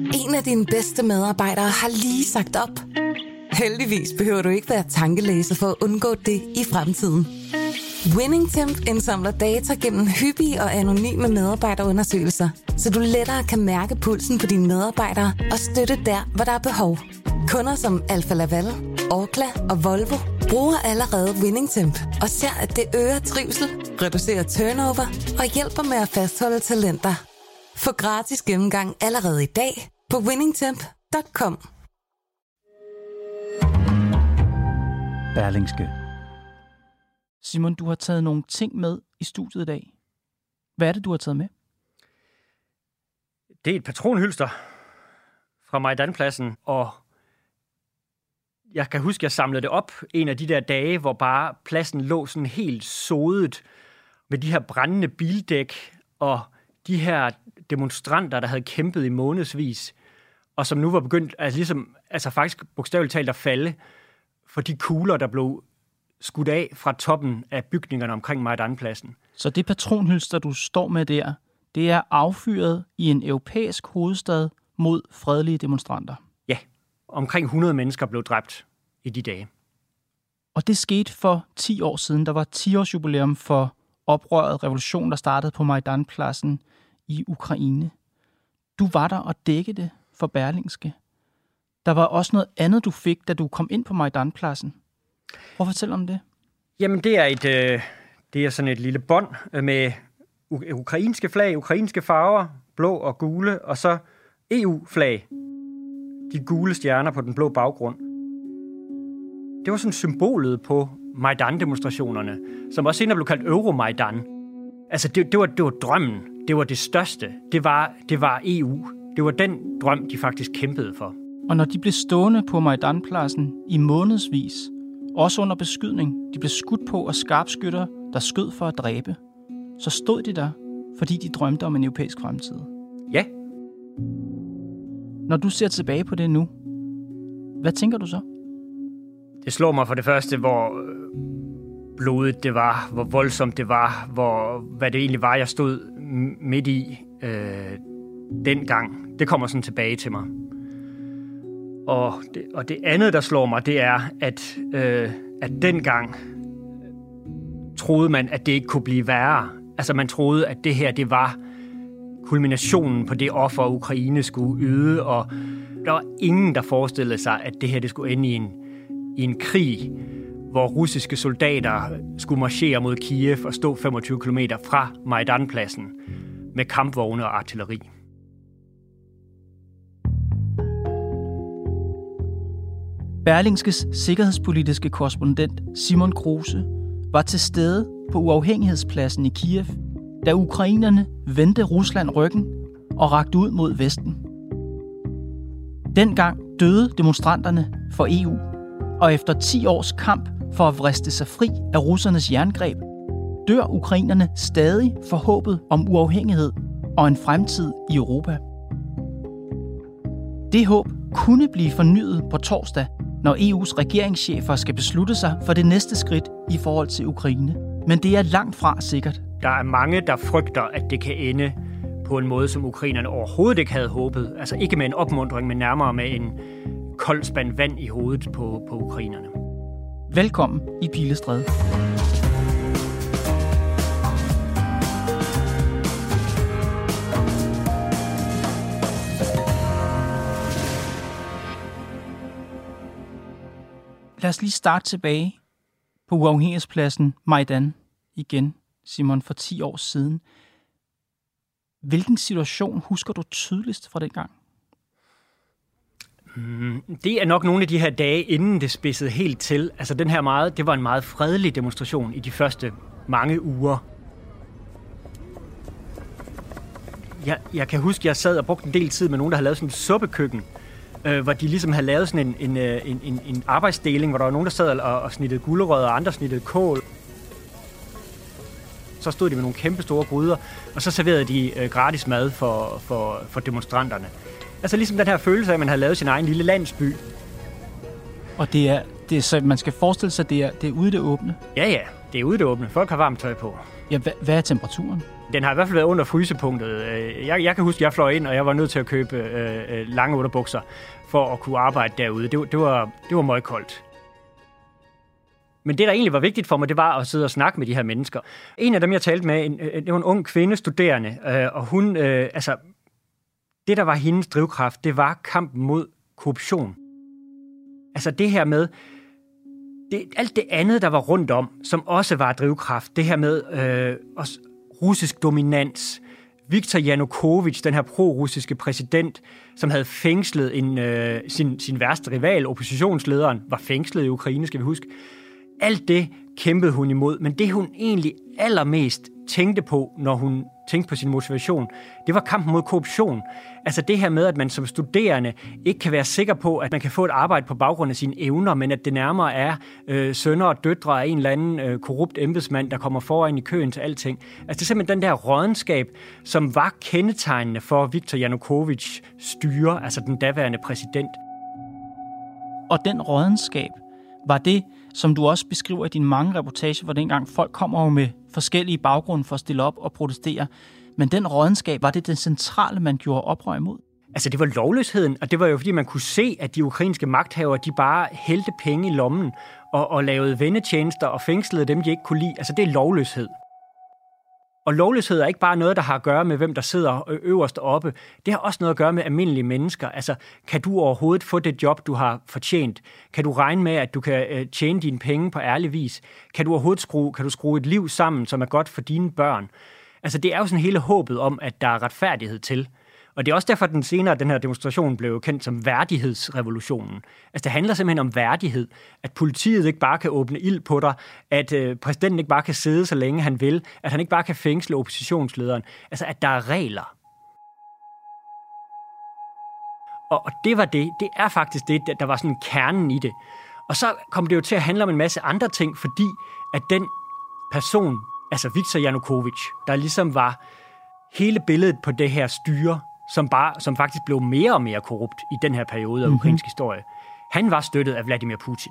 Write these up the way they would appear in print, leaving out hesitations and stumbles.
En af dine bedste medarbejdere har lige sagt op. Heldigvis behøver du ikke være tankelæser for at undgå det i fremtiden. WinningTemp indsamler data gennem hyppige og anonyme medarbejderundersøgelser, så du lettere kan mærke pulsen på dine medarbejdere og støtte der, hvor der er behov. Kunder som Alfa Laval, Orkla og Volvo bruger allerede WinningTemp og ser, at det øger trivsel, reducerer turnover og hjælper med at fastholde talenter. Få gratis gennemgang allerede i dag på winningtemp.com. Berlingske. Simon, du har taget nogle ting med i studiet i dag. Hvad er det, du har taget med? Det er et patronhylster fra Majdanpladsen, og jeg kan huske, at jeg samlede det op en af de der dage, hvor bare pladsen lå sådan helt sodet med de her brændende bildæk og de her demonstranter, der havde kæmpet i månedsvis, og som nu var begyndt faktisk bogstaveligt talt at falde for de kugler, der blev skudt af fra toppen af bygningerne omkring Majdanpladsen. Så det patronhylster, du står med der, det er affyret i en europæisk hovedstad mod fredelige demonstranter? Ja, omkring 100 mennesker blev dræbt i de dage. Og det skete for 10 år siden. Der var 10-års jubilæum for oprøret, revolutionen, der startede på Majdanpladsen i Ukraine. Du var der og dækkede det for Berlingske. Der var også noget andet, du fik, da du kom ind på Majdanpladsen. Prøv at fortælle om det. Jamen, det er sådan et lille bånd med ukrainske flag, ukrainske farver, blå og gule, og så EU-flag. De gule stjerner på den blå baggrund. Det var sådan symbolet på Majdan-demonstrationerne, som også senere blev kaldt Euromajdan. Altså, det var drømmen. Det var det største. Det var EU. Det var den drøm, de faktisk kæmpede for. Og når de blev stående på Majdanpladsen i månedsvis, også under beskydning, de blev skudt på af skarpskytter, der skød for at dræbe, så stod de der, fordi de drømte om en europæisk fremtid. Ja. Når du ser tilbage på det nu, hvad tænker du så? Det slår mig for det første, hvor blodigt det var, hvor voldsomt det var, hvad det egentlig var, jeg stod midt i dengang. Det kommer sådan tilbage til mig. Og det andet, der slår mig, det er, at dengang troede man, at det ikke kunne blive værre. Altså man troede, at det her, det var kulminationen på det offer, Ukraine skulle yde, og der var ingen, der forestillede sig, at det her, det skulle ende i en krig, hvor russiske soldater skulle marchere mod Kiev og stå 25 km fra Majdanpladsen med kampvogne og artilleri. Berlingskes sikkerhedspolitiske korrespondent Simon Kruse var til stede på uafhængighedspladsen i Kiev, da ukrainerne vendte Rusland ryggen og rakte ud mod Vesten. Dengang døde demonstranterne for EU, og efter 10 års kamp for at vriste sig fri af russernes jerngreb, dør ukrainerne stadig for håbet om uafhængighed og en fremtid i Europa. Det håb kunne blive fornyet på torsdag, når EU's regeringschefer skal beslutte sig for det næste skridt i forhold til Ukraine. Men det er langt fra sikkert. Der er mange, der frygter, at det kan ende på en måde, som ukrainerne overhovedet ikke havde håbet. Altså ikke med en opmuntring, men nærmere med en kold spand vand i hovedet på ukrainerne. Velkommen i Pilestræde. Lad os lige starte tilbage på uafhængighedspladsen Majdan igen, Simon, for 10 år siden. Hvilken situation husker du tydeligst fra dengang? Det er nok nogle af de her dage, inden det spidsede helt til. Altså det var en meget fredelig demonstration i de første mange uger. Jeg kan huske, at jeg sad og brugte en del tid med nogen, der havde lavet sådan et suppekøkken, hvor de ligesom havde lavet sådan en arbejdsdeling, hvor der var nogen, der sad og snittede gulerødder, og andre snittede kål. Så stod de med nogle kæmpe store gryder, og så serverede de gratis mad for demonstranterne. Altså ligesom den her følelse af, at man havde lavet sin egen lille landsby. Og det er så man skal forestille sig, det er ude i det åbne? Ja, det er ude i det åbne. Folk har varmt tøj på. Ja, hvad er temperaturen? Den har i hvert fald været under frysepunktet. Jeg kan huske, at jeg fløj ind, og jeg var nødt til at købe lange underbukser for at kunne arbejde derude. Det var meget koldt. Men det, der egentlig var vigtigt for mig, det var at sidde og snakke med de her mennesker. En af dem, jeg talte med, det var en ung kvinde, studerende, og hun, det, der var hendes drivkraft, det var kampen mod korruption. Altså det her med, alt det andet, der var rundt om, som også var drivkraft, det her med russisk dominans, Viktor Yanukovych, den her pro-russiske præsident, som havde fængslet sin værste rival, oppositionslederen, var fængslet i Ukraine, skal vi huske. Alt det kæmpede hun imod, men det hun egentlig allermest tænkte på, når hun tænkte på sin motivation, det var kampen mod korruption. Altså det her med, at man som studerende ikke kan være sikker på, at man kan få et arbejde på baggrund af sine evner, men at det nærmere er sønner og døtre af en eller anden korrupt embedsmand, der kommer foran i køen til alting. Altså det er simpelthen den der rådenskab, som var kendetegnende for Viktor Yanukovych styre, altså den daværende præsident. Og den rådenskab var det, som du også beskriver i dine mange reportager, hvor dengang folk kommer jo med forskellige baggrunde for at stille op og protestere. Men den rådenskab, var det centrale, man gjorde oprør imod? Altså det var lovløsheden, og det var jo fordi, man kunne se, at de ukrainske magthavere, de bare hældte penge i lommen og lavede vennetjenester og fængslede dem, de ikke kunne lide. Altså det er lovløshed. Og lovløshed er ikke bare noget, der har at gøre med, hvem der sidder øverst oppe. Det har også noget at gøre med almindelige mennesker. Altså, kan du overhovedet få det job, du har fortjent? Kan du regne med, at du kan tjene dine penge på ærlig vis? Kan du overhovedet skrue et liv sammen, som er godt for dine børn? Altså, det er jo sådan hele håbet om, at der er retfærdighed til. Og det er også derfor, at den her demonstration blev kendt som værdighedsrevolutionen. Altså, det handler simpelthen om værdighed. At politiet ikke bare kan åbne ild på dig. At præsidenten ikke bare kan sidde, så længe han vil. At han ikke bare kan fængsle oppositionslederen. Altså, at der er regler. Og det var det. Det er faktisk det, der var sådan kernen i det. Og så kom det jo til at handle om en masse andre ting, fordi at den person, altså Viktor Yanukovych, der ligesom var hele billedet på det her styre, som faktisk blev mere og mere korrupt i den her periode af ukrainsk historie. Han var støttet af Vladimir Putin.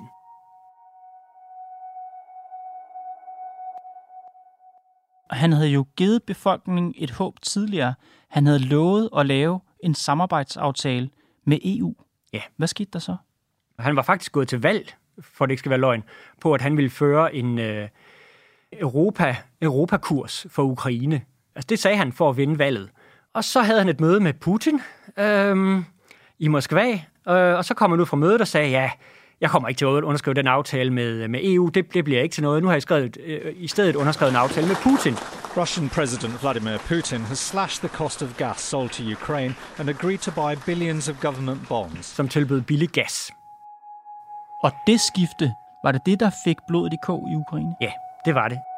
Han havde jo givet befolkningen et håb tidligere. Han havde lovet at lave en samarbejdsaftale med EU. Ja. Hvad skete der så? Han var faktisk gået til valg, for det ikke skal være løgn, på at han ville føre en Europakurs for Ukraine. Altså det sagde han for at vinde valget. Og så havde han et møde med Putin i Moskva, og så kom han ud fra mødet og sagde, ja, jeg kommer ikke til at underskrive den aftale med EU, det bliver ikke til noget. Nu har jeg i stedet underskrevet en aftale med Putin. Russian President Vladimir Putin has slashed the cost of gas sold to Ukraine and agreed to buy billions of government bonds. Som tilbød billig gas. Og det skifte, var det, der fik blodet i kog i Ukraine? Ja, det var det.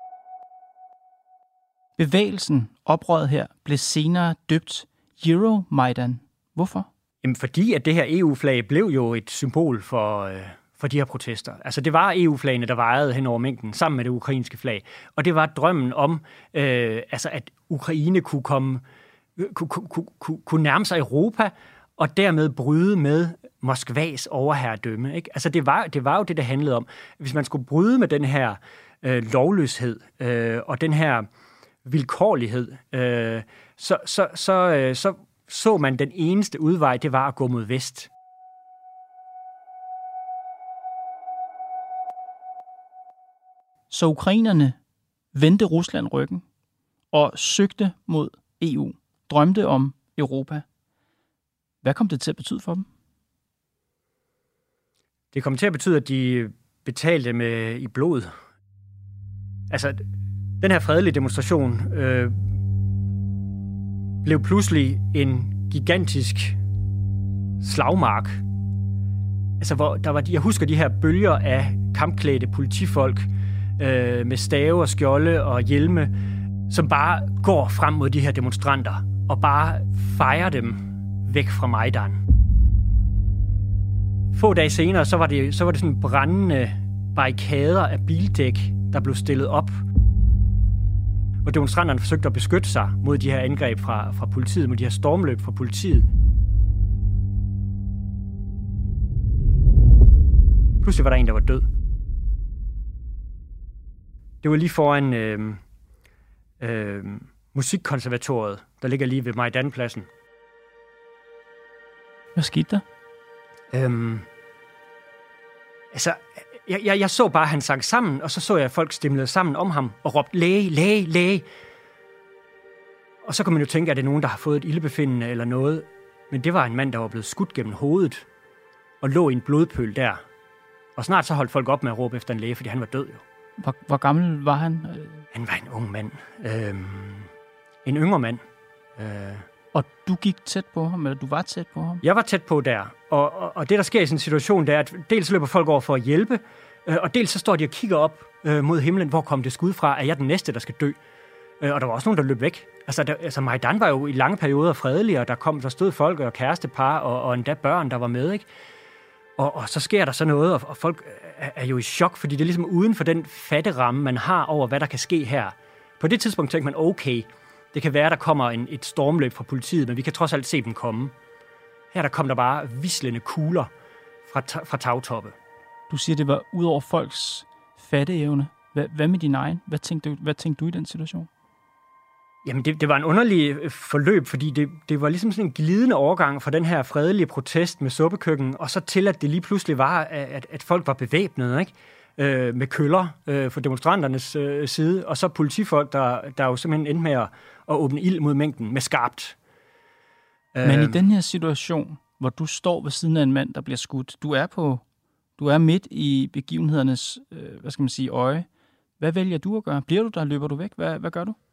Bevægelsen, oprøret her, blev senere døbt Euromaidan. Hvorfor? Jamen fordi, at det her EU-flag blev jo et symbol for de her protester. Altså det var EU-flagene, der vejede hen over mængden, sammen med det ukrainske flag. Og det var drømmen om, at Ukraine kunne nærme sig Europa, og dermed bryde med Moskvas overherredømme. Ikke? Altså det var jo det handlede om. Hvis man skulle bryde med den her lovløshed og den her vilkårlighed, så man den eneste udvej, det var at gå mod vest. Så ukrainerne vendte Rusland ryggen og søgte mod EU, drømte om Europa. Hvad kom det til at betyde for dem? Det kom til at betyde, at de betalte med i blod. Altså, den her fredelige demonstration blev pludselig en gigantisk slagmark. Altså, hvor der var jeg husker de her bølger af kampklædte politifolk med stave og skjolde og hjelme, som bare går frem mod de her demonstranter og bare fejrer dem væk fra Majdan. Få dage senere, så var det sådan brændende barrikader af bildæk, der blev stillet op, hvor demonstranterne forsøgte at beskytte sig mod de her angreb fra politiet, mod de her stormløb fra politiet. Pludselig var der en, der var død. Det var lige foran musikkonservatoriet, der ligger lige ved Majdanpladsen. Hvad skete der? Jeg så bare, at han sang sammen, og så så jeg, at folk stimlede sammen om ham og råbte, læge, læge, læge. Og så kan man jo tænke, at det er nogen, der har fået et ildebefindende eller noget. Men det var en mand, der var blevet skudt gennem hovedet og lå i en blodpøl der. Og snart så holdt folk op med at råbe efter en læge, fordi han var død jo. Hvor gammel var han? Han var en ung mand. En yngre mand. Og du gik tæt på ham, eller du var tæt på ham? Jeg var tæt på der. Og det, der sker i sådan en situation, det er, at dels løber folk over for at hjælpe, og dels så står de og kigger op mod himlen. Hvor kom det skud fra? Er jeg den næste, der skal dø? Og der var også nogen, der løb væk. Altså Majdan var jo i lange perioder fredelig, og der stod folk og kærestepar, og endda børn, der var med, ikke? Og så sker der så noget, og folk er jo i chok, fordi det er ligesom uden for den fatteramme, man har over, hvad der kan ske her. På det tidspunkt tænker man, okay, det kan være, der kommer et stormløb fra politiet, men vi kan trods alt se dem komme. Her der kom der bare vislende kugler fra tagtoppe. Du siger, det var ud over folks fatteevne. Hvad med din egen? Hvad tænkte du i den situation? Jamen, det var en underlig forløb, fordi det var ligesom sådan en glidende overgang fra den her fredelige protest med suppekøkken, og så til, at det lige pludselig var, at folk var bevæbnede, ikke? Med køller fra demonstranternes side, og så politifolk, der jo simpelthen endte med at åbne ild mod mængden med skarpt. Men i den her situation, hvor du står ved siden af en mand, der bliver skudt, du er midt i begivenhedernes, øje. Hvad vælger du at gøre? Bliver du der? Løber du væk? Hvad gør du?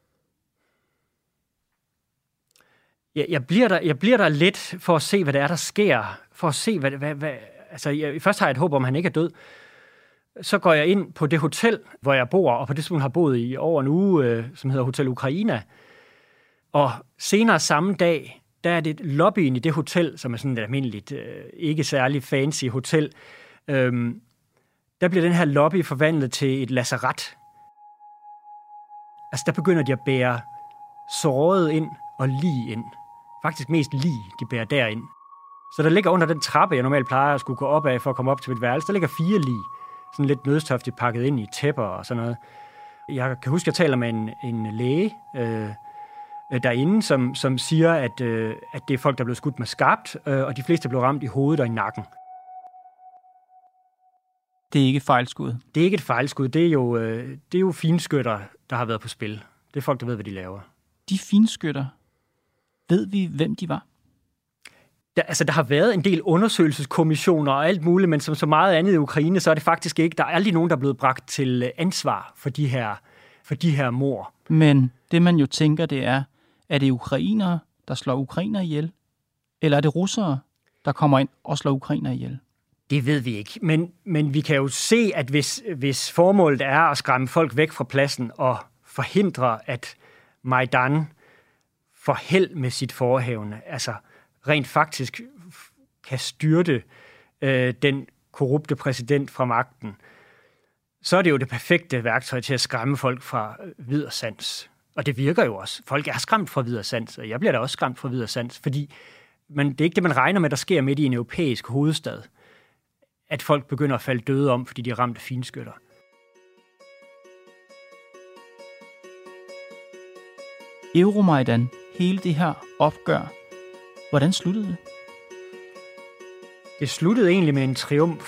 Jeg bliver der lidt for at se, hvad det er, der sker. For at se, først har jeg et håb om, at han ikke er død. Så går jeg ind på det hotel, hvor jeg bor, og på det tidspunkt har boet i over en uge, som hedder Hotel Ukraina. Og senere samme dag, der er det lobbyen i det hotel, som er sådan et almindeligt, ikke særlig fancy hotel. Der bliver den her lobby forvandlet til et lazaret. Altså, der begynder de at bære såret ind og lig ind. Faktisk mest lig, de bærer derind. Så der ligger under den trappe, jeg normalt plejer at skulle gå op af for at komme op til mit værelse, der ligger 4 lig. Sådan lidt nødstoftigt pakket ind i tæpper og sådan noget. Jeg kan huske, at jeg taler med en læge derinde, som siger, at det er folk, der er blevet skudt med skarpt, og de fleste er blevet ramt i hovedet og i nakken. Det er ikke et fejlskud? Det er ikke et fejlskud. Det er jo finskytter, der har været på spil. Det er folk, der ved, hvad de laver. De finskytter, ved vi, hvem de var? Der har været en del undersøgelseskommissioner og alt muligt, men som så meget andet i Ukraine, så er det faktisk ikke. Der er aldrig nogen, der er blevet bragt til ansvar for de her mord. Men det, man jo tænker, det er det ukrainere, der slår ukrainere ihjel? Eller er det russere, der kommer ind og slår ukrainere ihjel? Det ved vi ikke. Men vi kan jo se, at hvis formålet er at skræmme folk væk fra pladsen og forhindre, at Majdan får held med sit forehavende, altså rent faktisk kan styrte den korrupte præsident fra magten, så er det jo det perfekte værktøj til at skræmme folk fra vid og sans. Og det virker jo også. Folk er skræmt fra vid og sans, og jeg bliver da også skræmt fra vid og sans, fordi det er ikke det, man regner med, der sker midt i en europæisk hovedstad, at folk begynder at falde døde om, fordi de er ramt af finskytter. Euromajdan, hele det her opgør, hvordan sluttede det? Det sluttede egentlig med en triumf.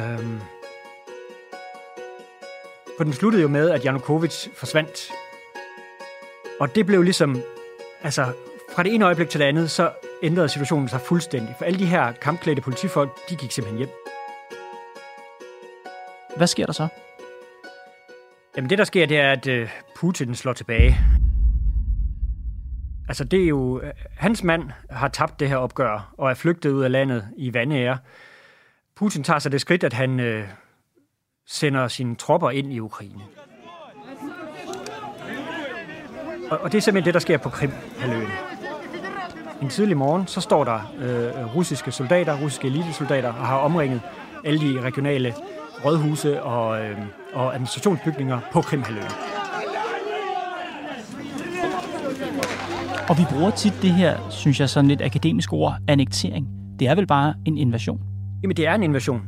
For den sluttede jo med, at Janukovyč forsvandt. Og det blev ligesom, fra det ene øjeblik til det andet, så ændrede situationen sig fuldstændig. For alle de her kampklædte politifolk, de gik simpelthen hjem. Hvad sker der så? Jamen det, der sker, det er, at Putin slår tilbage. Altså det er jo, hans mand har tabt det her opgør og er flygtet ud af landet i vanære. Putin tager sig det skridt, at han sender sine tropper ind i Ukraine. Og det er simpelthen det, der sker på Krim-halvøen. En tidlig morgen, så står der russiske elitesoldater og har omringet alle de regionale rådhuse og administrationsbygninger på Krim-halvøen. Og vi bruger tit det her, synes jeg, sådan lidt akademisk ord, annektering. Det er vel bare en invasion? Jamen, det er en invasion.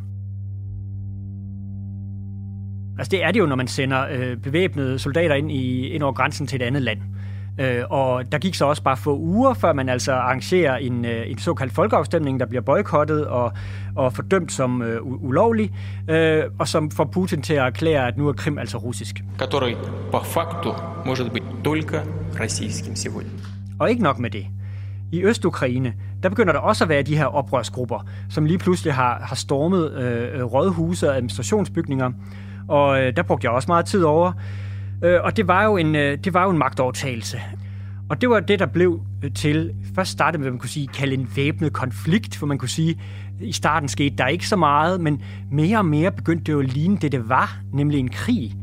Altså, det er det jo, når man sender bevæbnede soldater ind over grænsen til et andet land. Og der gik så også bare få uger, før man altså arrangerer en såkaldt folkeafstemning, der bliver boykottet og fordømt som ulovlig, og som får Putin til at erklære, at nu er Krim altså russisk. Который по факту может быть только российским сегодня. Og ikke nok med det. I Øst-Ukraine, der begynder der også at være de her oprørsgrupper, som lige pludselig har stormet rådhuse og administrationsbygninger, og der brugte jeg også meget tid over. Og det var jo en magtovertagelse. Og det var det, der blev til, først startede med, hvad man kunne sige, kalde en væbnet konflikt, for man kunne sige, i starten skete der ikke så meget, men mere og mere begyndte det jo at ligne det var, nemlig en krig.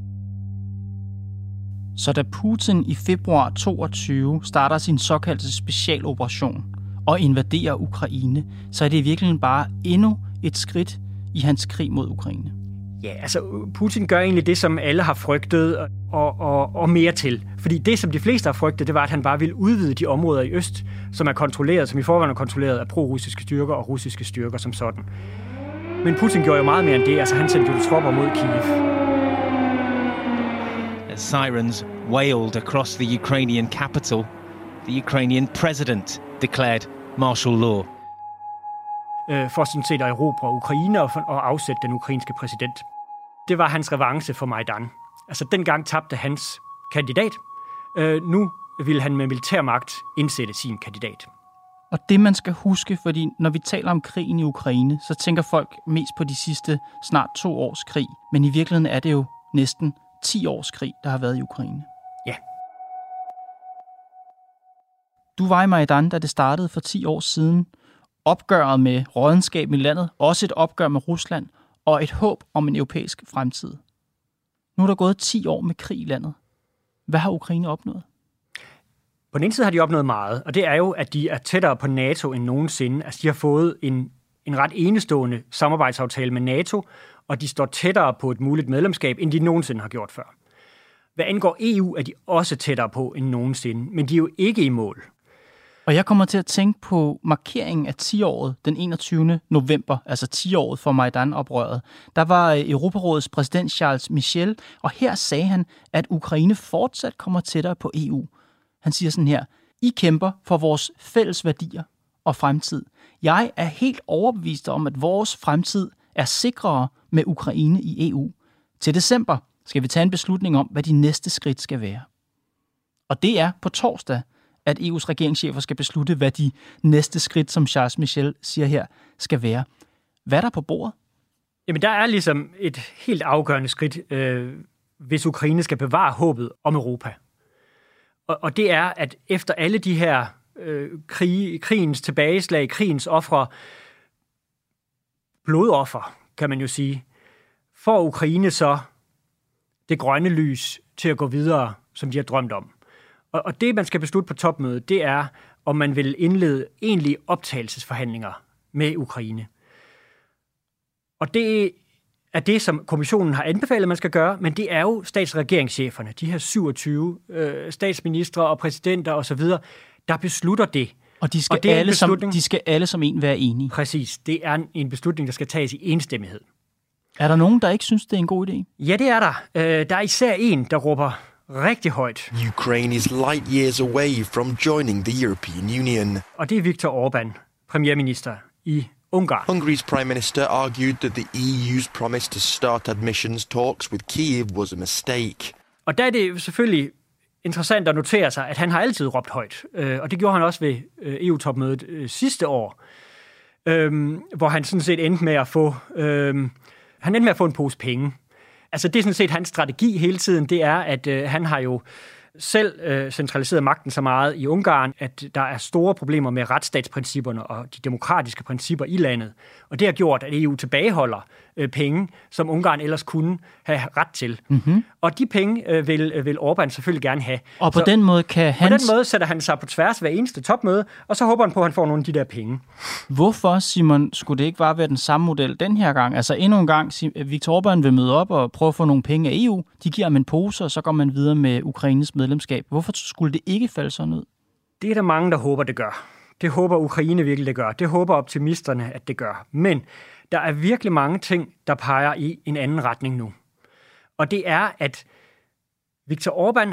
Så da Putin i februar 22 starter sin såkaldte specialoperation og invaderer Ukraine, så er det i virkeligheden bare endnu et skridt i hans krig mod Ukraine. Ja, altså Putin gør egentlig det, som alle har frygtet, og mere til. Fordi det, som de fleste har frygtet, det var, at han bare ville udvide de områder i øst, som i forvejen er kontrolleret af pro-russiske styrker og russiske styrker som sådan. Men Putin gjorde jo meget mere end det. Altså han sendte jo tropper mod Kiev. As sirens wailed across the Ukrainian capital, the Ukrainian president declared martial law. For sådan set at erobre Ukraine og afsætte den ukrainske præsident. Det var hans revanche for Majdan. Altså dengang tabte hans kandidat. Nu vil han med militærmagt indsætte sin kandidat. Og det man skal huske, fordi når vi taler om krigen i Ukraine, så tænker folk mest på de sidste snart 2 års krig. Men i virkeligheden er det jo næsten 10 års krig, der har været i Ukraine. Ja. Du var i Majdan, da det startede for 10 år siden. Opgøret med rådenskab i landet, også et opgør med Rusland og et håb om en europæisk fremtid. Nu er der gået 10 år med krig i landet. Hvad har Ukraine opnået? På den ene side har de opnået meget, og det er jo, at de er tættere på NATO end nogensinde. Altså de har fået en ret enestående samarbejdsaftale med NATO, og de står tættere på et muligt medlemskab, end de nogensinde har gjort før. Hvad angår EU, er de også tættere på end nogensinde, men de er jo ikke i mål. Og jeg kommer til at tænke på markeringen af 10-året den 21. november, altså 10-året for Majdan-oprøret. Der var Europarådets præsident Charles Michel, og her sagde han, at Ukraine fortsat kommer tættere på EU. Han siger sådan her: I kæmper for vores fælles værdier og fremtid. Jeg er helt overbevist om, at vores fremtid er sikrere med Ukraine i EU. Til december skal vi tage en beslutning om, hvad de næste skridt skal være. Og det er på torsdag, at EU's regeringschefer skal beslutte, hvad de næste skridt, som Charles Michel siger her, skal være. Hvad er der på bordet? Jamen, der er ligesom et helt afgørende skridt, hvis Ukraine skal bevare håbet om Europa. Og det er, at efter alle de her krigens tilbageslag, krigens ofre, blodoffer, kan man jo sige, får Ukraine så det grønne lys til at gå videre, som de har drømt om. Og det, man skal beslutte på topmødet, det er, om man vil indlede egentlige optagelsesforhandlinger med Ukraine. Og det er det, som kommissionen har anbefalet, man skal gøre, men det er jo stats- og regeringscheferne, de her 27 statsministre og præsidenter osv., der beslutter det. Og de skal alle som en være enige. Præcis. Det er en beslutning, der skal tages i enstemmighed. Er der nogen, der ikke synes, det er en god idé? Ja, det er der. Der er især en, der råber rigtig højt. Ukraine is light years away from joining the European Union. Og det er Viktor Orbán, premierminister i Ungarn. Hungary's prime minister argued that the EU's promise to start admissions talks with Kyiv was a mistake. Og der er det selvfølgelig interessant at notere sig, at han har altid råbt højt. Og det gjorde han også ved EU-topmødet sidste år, hvor han sådan set endte med at få en pose penge. Altså det er sådan set hans strategi hele tiden, det er, at han har jo selv centraliseret magten så meget i Ungarn, at der er store problemer med retsstatsprincipperne og de demokratiske principper i landet. Og det har gjort, at EU tilbageholder penge, som Ungarn ellers kunne have ret til. Mm-hmm. Og de penge vil Orbán selvfølgelig gerne have. Og på den måde sætter han sig på tværs hver eneste topmøde, og så håber han på, at han får nogle af de der penge. Hvorfor, Simon, skulle det ikke bare være den samme model den her gang? Altså endnu en gang, Viktor Orbán vil møde op og prøve at få nogle penge af EU. De giver ham en pose, og så går man videre med Ukraines medlemskab. Hvorfor skulle det ikke falde sådan ud? Det er der mange, der håber, det gør. Det håber Ukraine virkelig, det gør. Det håber optimisterne, at det gør. Men der er virkelig mange ting, der peger i en anden retning nu. Og det er, at Viktor Orbán har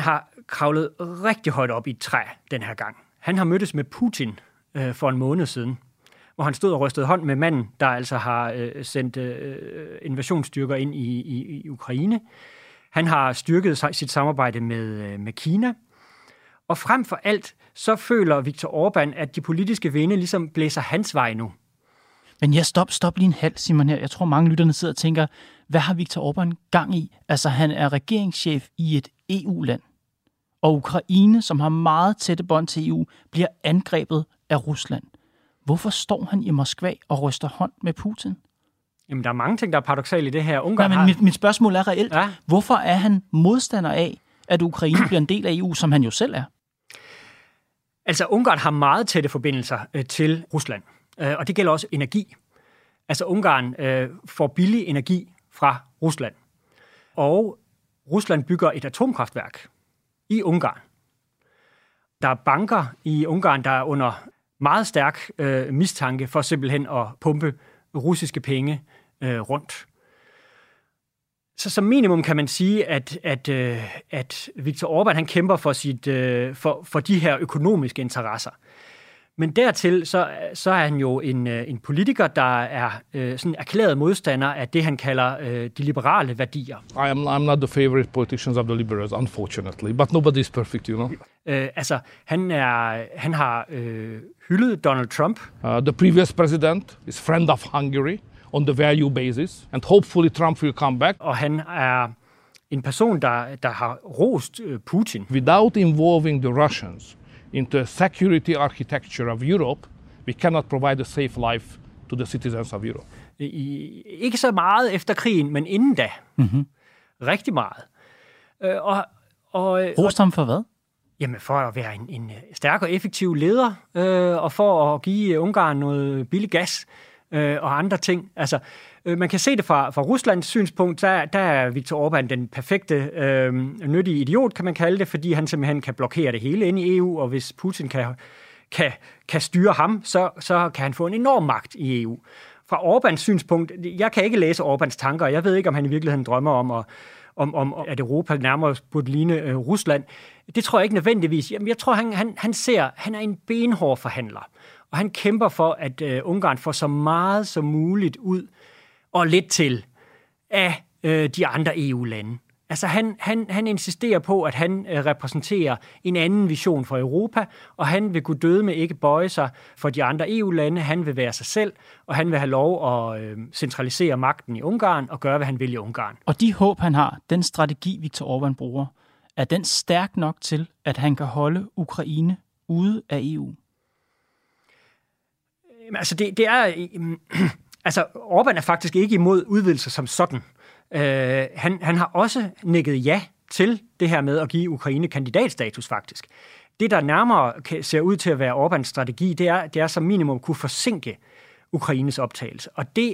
kravlet rigtig højt op i et træ den her gang. Han har mødtes med Putin for en måned siden, hvor han stod og rystede hånd med manden, der altså har sendt invasionsstyrker ind i Ukraine. Han har styrket sit samarbejde med Kina. Og frem for alt, så føler Viktor Orbán, at de politiske vinde ligesom blæser hans vej nu. Men ja, stop lige en halv, Simon her. Jeg tror, mange lytterne sidder og tænker, hvad har Viktor Orbán gang i? Altså, han er regeringschef i et EU-land. Og Ukraine, som har meget tætte bånd til EU, bliver angrebet af Rusland. Hvorfor står han i Moskva og ryster hånd med Putin? Jamen, der er mange ting, der er paradoksale i det her. Mit spørgsmål er reelt. Ja. Hvorfor er han modstander af, at Ukraine bliver en del af EU, som han jo selv er? Altså, Ungarn har meget tætte forbindelser til Rusland, og det gælder også energi. Altså, Ungarn får billig energi fra Rusland, og Rusland bygger et atomkraftværk i Ungarn. Der er banker i Ungarn, der er under meget stærk mistanke for simpelthen at pumpe russiske penge rundt. Så som minimum kan man sige, at Viktor Orbán han kæmper for de her økonomiske interesser. Men dertil så er han jo en politiker, der er sådan erklæret modstander af det, han kalder de liberale værdier. I'm not the favorite politicians of the liberals, unfortunately, but nobody is perfect, you know. Han har hyldet Donald Trump. The previous president is friend of Hungary on the value basis, and hopefully Trump will come back. Og han er en person, der har rost Putin. Without involving the Russians into a security architecture of Europe, we cannot provide a safe life to the citizens of Europe. Ikke så meget efter krigen, men inden da. Mm-hmm. Rigtig meget. Rost ham for hvad? Jamen for at være en stærk og effektiv leder, og for at give Ungarn noget billig gas og andre ting. Altså, man kan se det fra Ruslands synspunkt, der er Viktor Orbán den perfekte nyttige idiot, kan man kalde det, fordi han simpelthen kan blokere det hele inde i EU, og hvis Putin kan styre ham, så kan han få en enorm magt i EU. Fra Orbáns synspunkt, jeg kan ikke læse Orbáns tanker, og jeg ved ikke, om han i virkeligheden drømmer om at Europa nærmere burde ligne Rusland. Det tror jeg ikke nødvendigvis. Jamen, jeg tror, han er en benhård forhandler, og han kæmper for, at Ungarn får så meget som muligt ud og lidt til af de andre EU-lande. Altså han insisterer på, at han repræsenterer en anden vision for Europa, og han vil kunne døde med ikke bøje sig for de andre EU-lande. Han vil være sig selv, og han vil have lov at centralisere magten i Ungarn og gøre, hvad han vil i Ungarn. Og de håb, han har, den strategi, Viktor Orbán bruger, er den stærk nok til, at han kan holde Ukraine ude af EU? Altså det er... Altså, Orbán er faktisk ikke imod udvidelser som sådan. Han har også nikket ja til det her med at give Ukraine kandidatstatus, faktisk. Det, der nærmere ser ud til at være Orbáns strategi, det er som minimum kunne forsinke Ukraines optagelse. Og det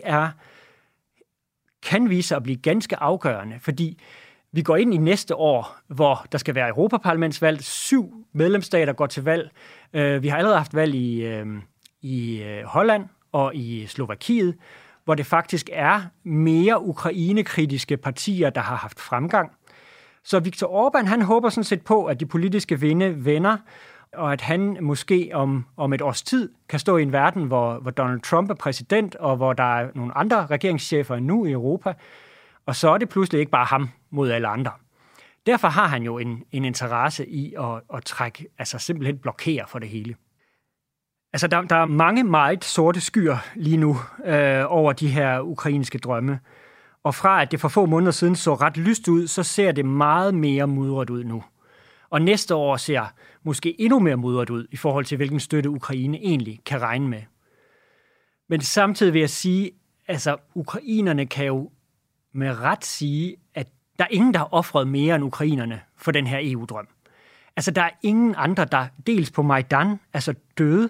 kan vise sig at blive ganske afgørende, fordi vi går ind i næste år, hvor der skal være Europaparlamentsvalg. 7 medlemsstater går til valg. Vi har allerede haft valg i Holland og i Slovakiet, hvor det faktisk er mere ukrainekritiske partier, der har haft fremgang. Så Viktor Orbán, han håber sådan set på, at de politiske vinde vender, og at han måske om et års tid kan stå i en verden, hvor Donald Trump er præsident, og hvor der er nogle andre regeringschefer end nu i Europa, og så er det pludselig ikke bare ham mod alle andre. Derfor har han jo en interesse i at trække, altså simpelthen blokere for det hele. Altså, der er mange meget sorte skyer lige nu over de her ukrainske drømme. Og fra at det for få måneder siden så ret lyst ud, så ser det meget mere mudret ud nu. Og næste år ser måske endnu mere mudret ud i forhold til, hvilken støtte Ukraine egentlig kan regne med. Men samtidig vil jeg sige, altså ukrainerne kan jo med ret sige, at der er ingen, der har offret mere end ukrainerne for den her EU-drøm. Altså, der er ingen andre, der dels på Majdan, altså døde,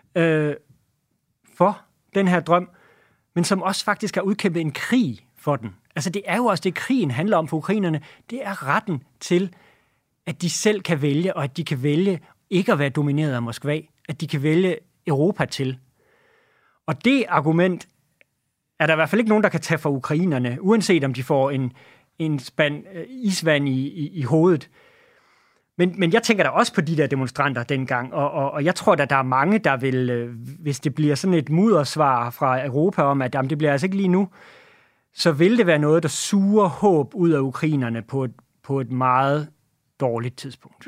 for den her drøm, men som også faktisk har udkæmpet en krig for den. Altså det er jo også det, krigen handler om for ukrainerne. Det er retten til, at de selv kan vælge, og at de kan vælge ikke at være domineret af Moskva, at de kan vælge Europa til. Og det argument er der i hvert fald ikke nogen, der kan tage for ukrainerne, uanset om de får en spand isvand i hovedet. Men jeg tænker da også på de der demonstranter dengang, og jeg tror, at der er mange, der vil, hvis det bliver sådan et muddersvar fra Europa om, at jamen, det bliver altså ikke lige nu, så vil det være noget, der suger håb ud af ukrainerne på et meget dårligt tidspunkt.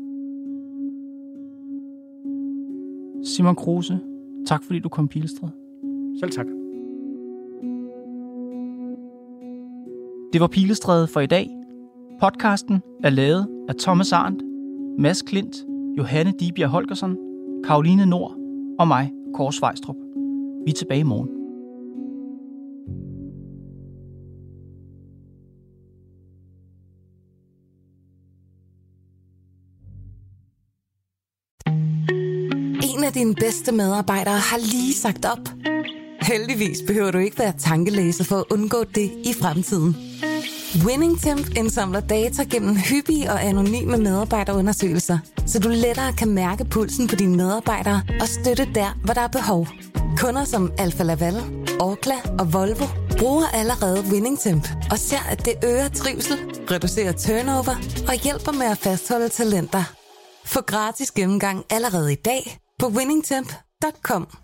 Simon Kruse, tak fordi du kom, Pilestræde. Selv tak. Det var Pilestræde for i dag. Podcasten er lavet af Thomas Arndt, Mads Klint, Johanne Dibjerg Holgersen, Karoline Nord og mig, Kåre Svejstrup. Vi er tilbage i morgen. En af dine bedste medarbejdere har lige sagt op. Heldigvis behøver du ikke være tankelæser for at undgå det i fremtiden. WinningTemp indsamler data gennem hyppige og anonyme medarbejderundersøgelser, så du lettere kan mærke pulsen på dine medarbejdere og støtte der, hvor der er behov. Kunder som Alfa Laval, Orkla og Volvo bruger allerede WinningTemp og ser, at det øger trivsel, reducerer turnover og hjælper med at fastholde talenter. Få gratis gennemgang allerede i dag på winningtemp.com.